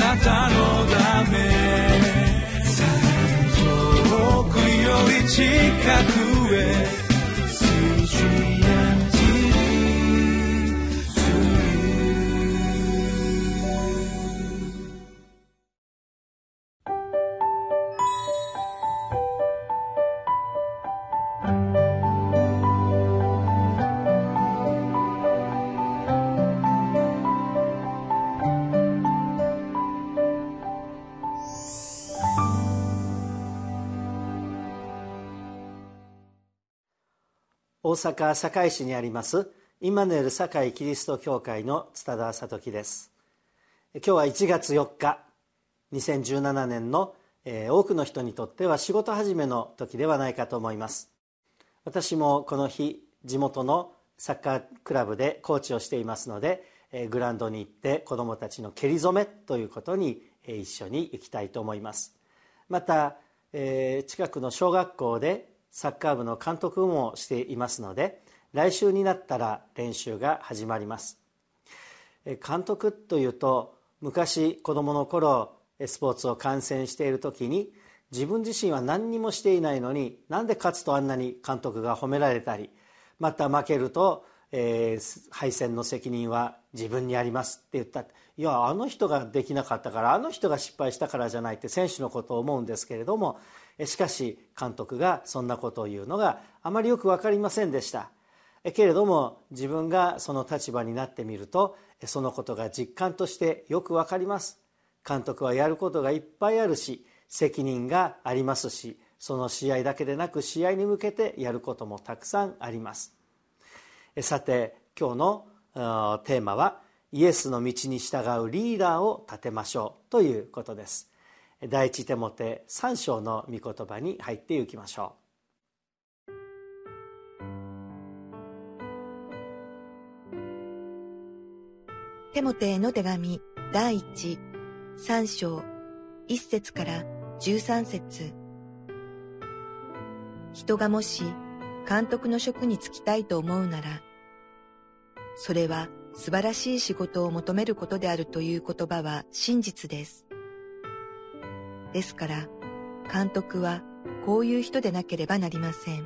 なたのため遠くより近くへ大阪堺市にありますイマヌエル堺キリスト教会の津田聡樹です。今日は1月4日2017年の、多くの人にとっては仕事始めの時ではないかと思います。私もこの日地元のサッカークラブでコーチをしていますので、グラウンドに行って子どもたちの蹴り初めということに、一緒に行きたいと思います。また、近くの小学校でサッカー部の監督もしていますので、来週になったら練習が始まります。監督というと、昔子どもの頃スポーツを観戦している時に、自分自身は何にもしていないのに、なんで勝つとあんなに監督が褒められたり、また負けると、敗戦の責任は自分にありますって言った。いや、あの人ができなかったから、あの人が失敗したからじゃないって選手のことを思うんですけれども、しかし監督がそんなことを言うのがあまりよく分かりませんでした。けれども自分がその立場になってみると、そのことが実感としてよく分かります。監督はやることがいっぱいあるし、責任がありますし、その試合だけでなく試合に向けてやることもたくさんあります。さて今日のテーマは、イエスの道に従うリーダーを立てましょうということです。第一テモテ3章の御言葉に入っていきましょう。 テモテへの手紙第3章1節から13節。人がもし監督の職に就きたいと思うなら、それは素晴らしい仕事を求めることであるという言葉は真実です。ですから、監督はこういう人でなければなりません。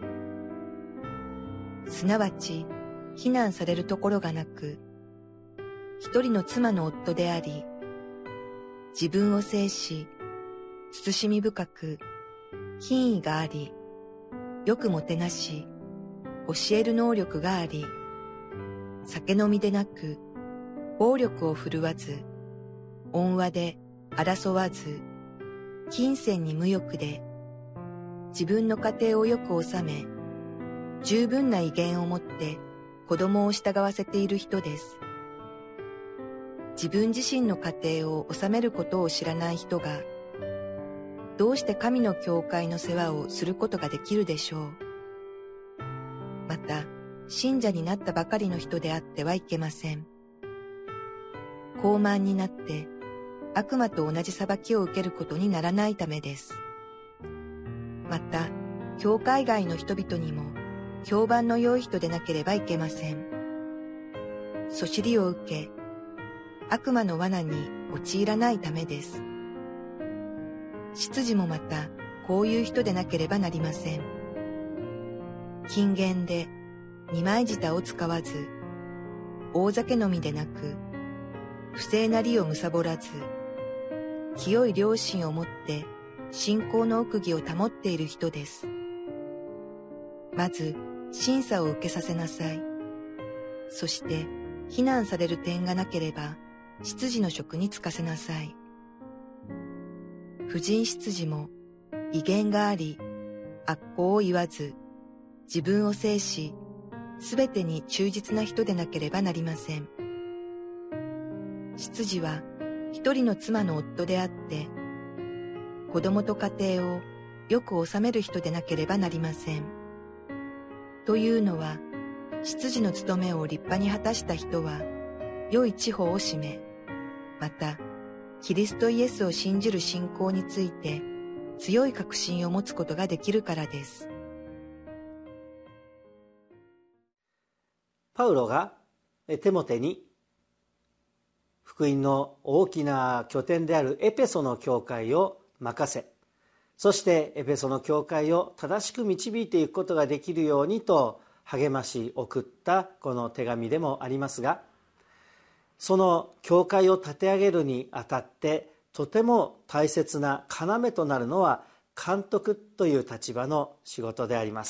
すなわち、非難されるところがなく、一人の妻の夫であり、自分を制し、慎み深く、品位があり、よくもてなし、教える能力があり、酒飲みでなく、暴力を振るわず、恩和で争わず、金銭に無欲で、自分の家庭をよく治め、十分な威厳を持って子供を従わせている人です。自分自身の家庭を治めることを知らない人が、どうして神の教会の世話をすることができるでしょう。また、信者になったばかりの人であってはいけません。高慢になって、悪魔と同じ裁きを受けることにならないためです。また、教会外の人々にも、評判の良い人でなければいけません。そしりを受け、悪魔の罠に陥らないためです。執事もまた、こういう人でなければなりません。謹厳で、二枚舌を使わず、大酒飲みでなく、不正な利を貪らず、清い良心を持って信仰の奥義を保っている人です。まず審査を受けさせなさい。そして非難される点がなければ執事の職に就かせなさい。婦人執事も威厳があり、悪行を言わず、自分を制し、すべてに忠実な人でなければなりません。執事は一人の妻の夫であって、子供と家庭をよく治める人でなければなりません。というのは、執事の務めを立派に果たした人は、良い地方を占め、また、キリストイエスを信じる信仰について、強い確信を持つことができるからです。 パウロがテモテに福音の大きな拠点であるエペソの教会を任せ、そしてエペソの教会を正しく導いていくことができるようにと励まし送ったこの手紙でもありますが、その教会を立て上げるにあたってとても大切な要となるのは監督という立場の仕事であります。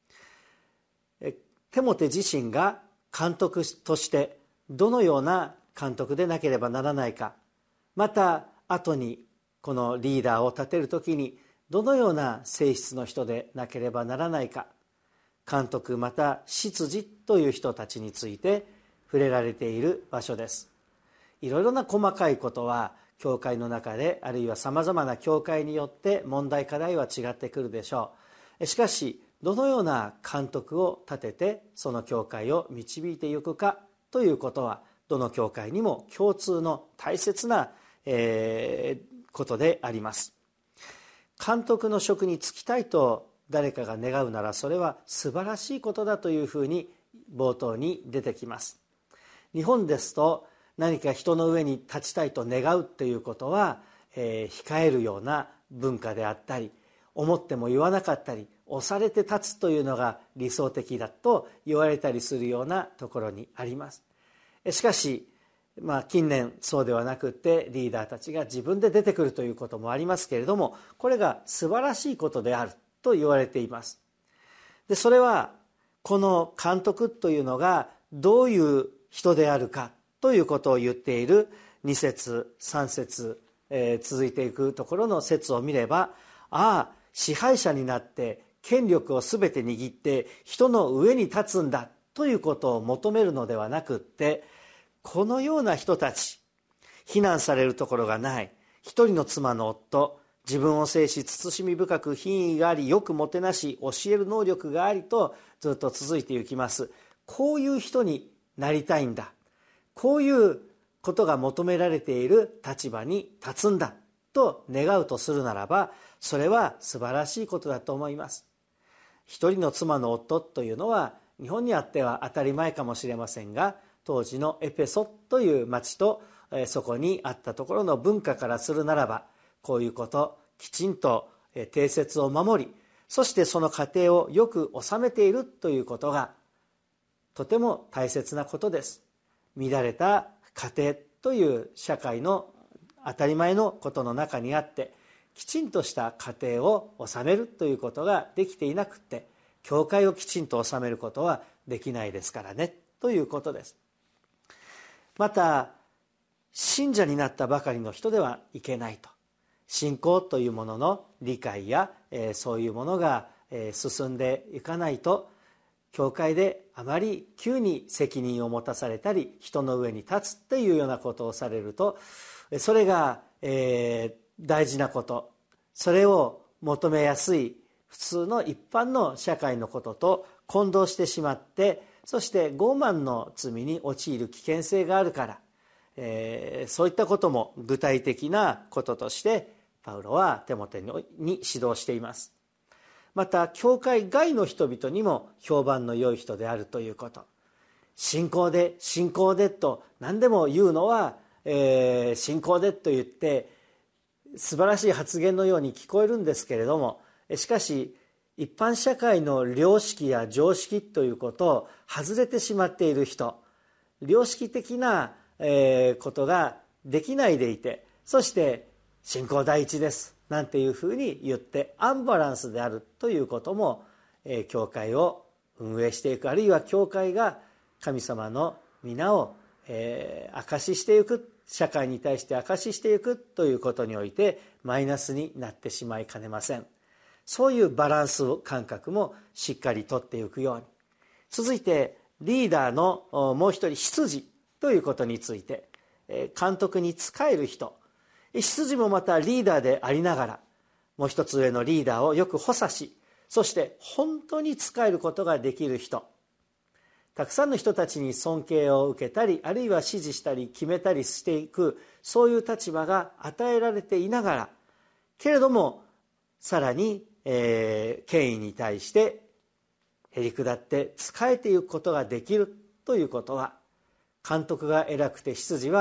テモテ自身が監督としてどのような監督でなければならないか、また後にこのリーダーを立てるときにどのような性質の人でなければならないか、監督また執事という人たちについて触れられている場所です。いろいろな細かいことは教会の中で、あるいはさまざまな教会によって問題課題は違ってくるでしょう。しかしどのような監督を立ててその教会を導いていくかということは、どの教会にも共通の大切な、ことであります。監督の職に就きたいと誰かが願うなら、それは素晴らしいことだというふうに冒頭に出てきます。日本ですと何か人の上に立ちたいと願うということは、控えるような文化であったり、思っても言わなかったり、押されて立つというのが理想的だと言われたりするようなところにあります。しかし、近年そうではなくってリーダーたちが自分で出てくるということもありますけれども、これが素晴らしいことであると言われています。でそれはこの監督というのがどういう人であるかということを言っている2節3節、続いていくところの節を見れば、支配者になって権力をすべて握って人の上に立つんだということを求めるのではなくって、このような人たち、非難されるところがない、一人の妻の夫、自分を制し慎み深く品位があり、よくもてなし教える能力がありとずっと続いていきます。こういう人になりたいんだ、こういうことが求められている立場に立つんだと願うとするならば、それは素晴らしいことだと思います。一人の妻の夫というのは日本にあっては当たり前かもしれませんが、当時のエペソという町とそこにあったところの文化からするならば、こういうこと、きちんと定説を守り、そしてその家庭をよく治めているということがとても大切なことです。乱れた家庭という社会の当たり前のことの中にあって、きちんとした家庭を治めるということができていなくて、教会をきちんと治めることはできないですからねということです。また信者になったばかりの人ではいけないと、信仰というものの理解や、そういうものが、進んでいかないと、教会であまり急に責任を持たされたり人の上に立つっていうようなことをされると、それが、大事なこと、それを求めやすい普通の一般の社会のことと混同してしまって、そして傲慢の罪に陥る危険性があるから、そういったことも具体的なこととしてパウロはテモテに指導しています。また教会外の人々にも評判の良い人であるということ、信仰で信仰でと何でも言うのは、信仰でと言って素晴らしい発言のように聞こえるんですけれども、しかし一般社会の良識や常識ということを外れてしまっている人、良識的なことができないでいて、そして信仰第一ですなんていうふうに言ってアンバランスであるということも、教会を運営していく、あるいは教会が神様の皆を、証ししていく、社会に対して証ししていくということにおいてマイナスになってしまいかねません。そういうバランス感覚もしっかりとっていくように。続いてリーダーのもう一人、執事ということについて、監督に仕える人、執事もまたリーダーでありながらもう一つ上のリーダーをよく補佐し、そして本当に仕えることができる人、たくさんの人たちに尊敬を受けたり、あるいは指示したり決めたりしていく、そういう立場が与えられていながら、けれどもさらに、権威に対してへり下って仕えていくことができるということは、監督が偉くて執事は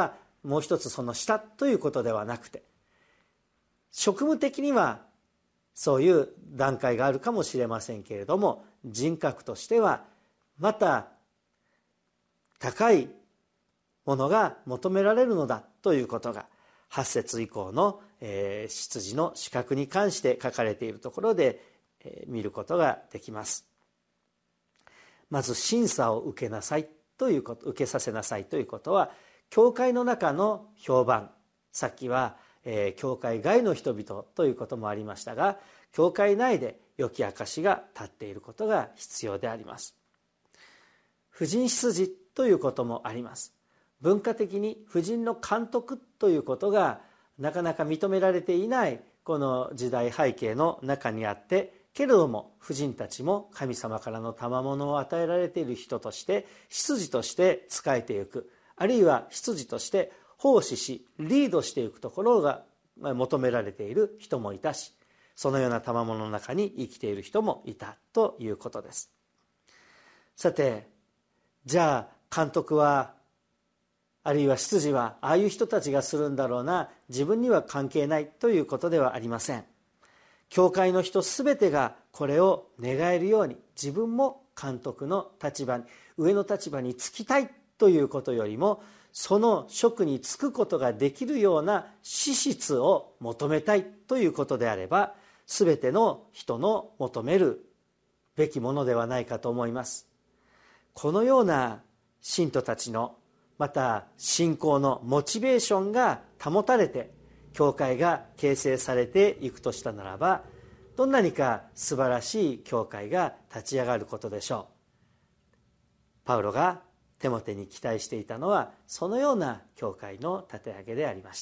もう一つその下ということではなくて、職務的にはそういう段階があるかもしれませんけれども、人格としてはまた高いものが求められるのだということが8節以降の執事の資格に関して書かれているところで見ることができます。まず審査を受けなさいということ、受けさせなさいということは、教会の中の評判、さっきは教会外の人々ということもありましたが、教会内で良き証が立っていることが必要であります。婦人執事ということもあります。文化的に婦人の監督ということがなかなか認められていないこの時代背景の中にあって、けれども婦人たちも神様からの賜物を与えられている人として執事として仕えていく、あるいは執事として奉仕しリードしていくところが求められている人もいたし、そのような賜物の中に生きている人もいたということです。さて、じゃあ監督はあるいは執事はああいう人たちがするんだろうな、自分には関係ないということではありません。教会の人すべてがこれを願えるように、自分も監督の立場に、上の立場につきたいということよりも、その職に就くことができるような資質を求めたいということであれば、すべての人の求めるべきものではないかと思います。このような信徒たちの、また信仰のモチベーションが保たれて教会が形成されていくとしたならば、どんなにか素晴らしい教会が立ち上がることでしょう。パウロがテモテに期待していたのはそのような教会の立て上げでありました。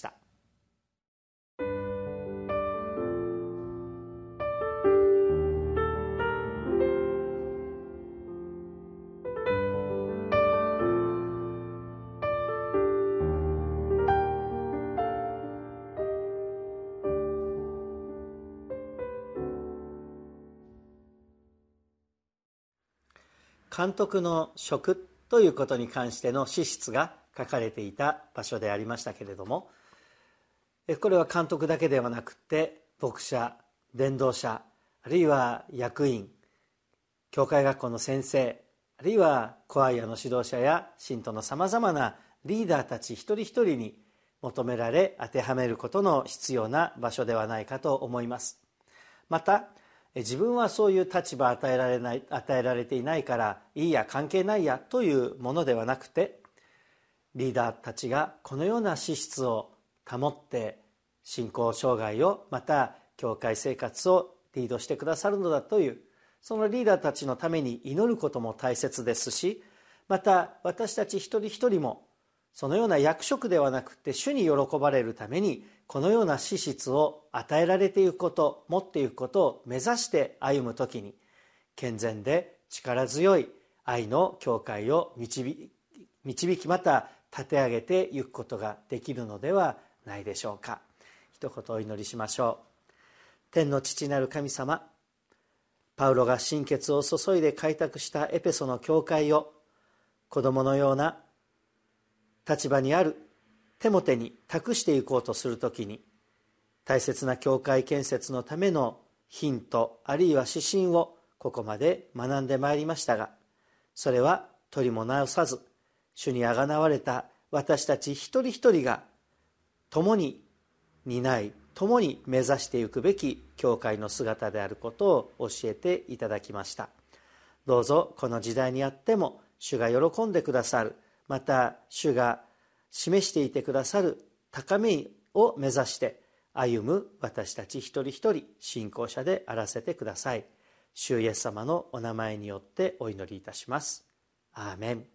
監督の職ということに関しての資質が書かれていた場所でありましたけれども、これは監督だけではなくて牧者、伝道者、あるいは役員、教会学校の先生、あるいはコアイアの指導者や信徒のさまざまなリーダーたち一人一人に求められ当てはめることの必要な場所ではないかと思います。また自分はそういう立場与えられていないからいいや関係ないやというものではなくて、リーダーたちがこのような資質を保って信仰生涯を、また教会生活をリードしてくださるのだという、そのリーダーたちのために祈ることも大切ですし、また私たち一人一人もそのような役職ではなくて主に喜ばれるためにこのような資質を与えられていくこと、持っていくことを目指して歩むときに、健全で力強い愛の教会を導き、また立て上げていくことができるのではないでしょうか。一言お祈りしましょう。天の父なる神様、パウロが心血を注いで開拓したエペソの教会を子供のような立場にあるテモテに託していこうとするときに、大切な教会建設のためのヒントあるいは指針をここまで学んでまいりましたが、それは取りも直さず主にあがなわれた私たち一人一人が共に担い、共に目指していくべき教会の姿であることを教えていただきました。どうぞこの時代にあっても主が喜んでくださる、また主が示していてくださる高みを目指して歩む私たち一人一人信仰者であらせてください。主イエス様のお名前によってお祈りいたします。アーメン。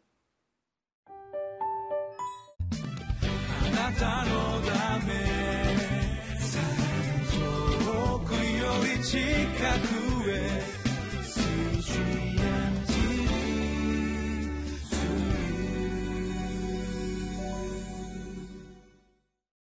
あなたのため遠くより近くへ